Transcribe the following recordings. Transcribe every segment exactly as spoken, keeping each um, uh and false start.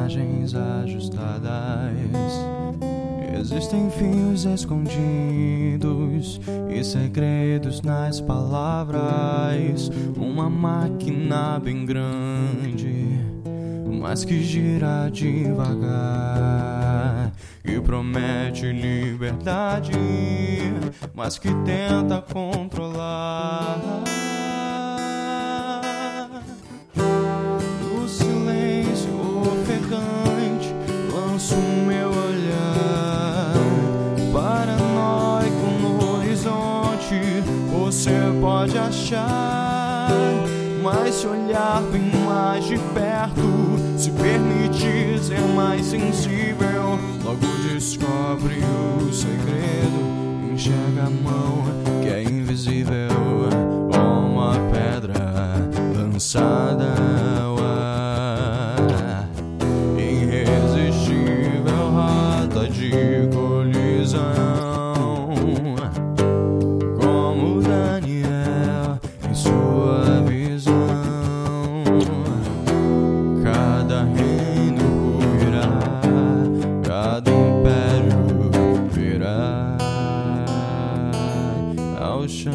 engrenagens ajustadas. Existem fios escondidos e segredos nas palavras. Uma máquina bem grande, mas que gira devagar, e promete liberdade, mas que tenta controlar. No silêncio ofegante lanço meu olhar, paranoico no horizonte. Você pode achar, mas se olhar bem mais de perto, se permitir ser mais sensível, logo descobre o segredo. Enxerga a mão que é invisível, uma pedra lançada ao ar, irresistível rota de colisão, como Daniel em sua visão. Cada reino ruirá, cada império virá ao chão.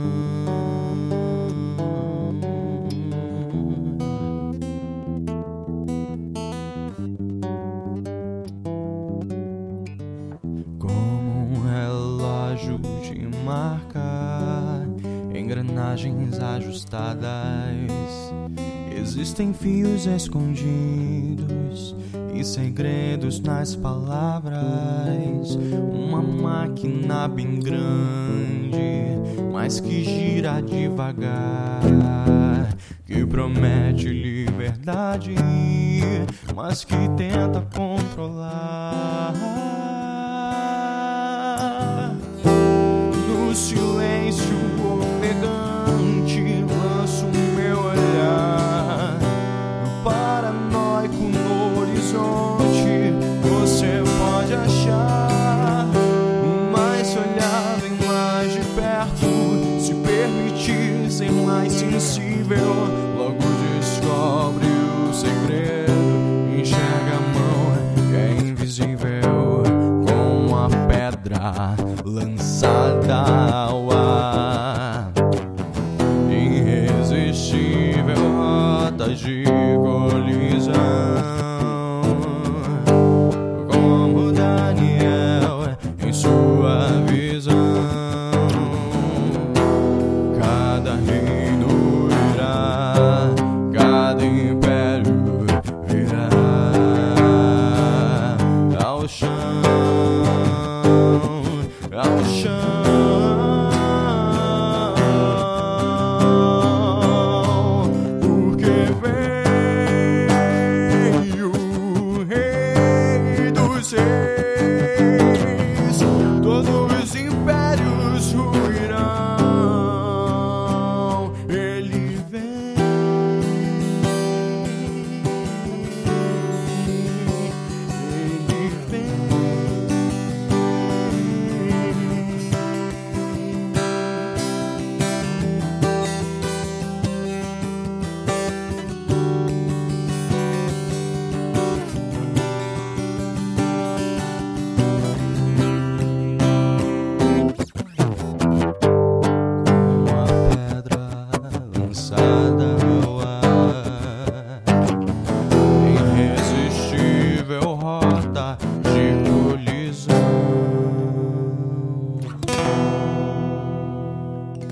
Como um relógio de marca, engrenagens ajustadas. Existem fios escondidos e segredos nas palavras. Uma máquina bem grande, mas que gira devagar, que promete liberdade, mas que tenta controlar. No silêncio ofegante lanço meu olhar, paranoico no horizonte. Você pode achar, mas se olhar bem mais de perto, se permitir ser mais sensível, logo descobre o segredo. Enxerga a mão que é invisível, com a pedra lançada ao ar, irresistível rota de colisão, como Daniel em sua visão. Cada rei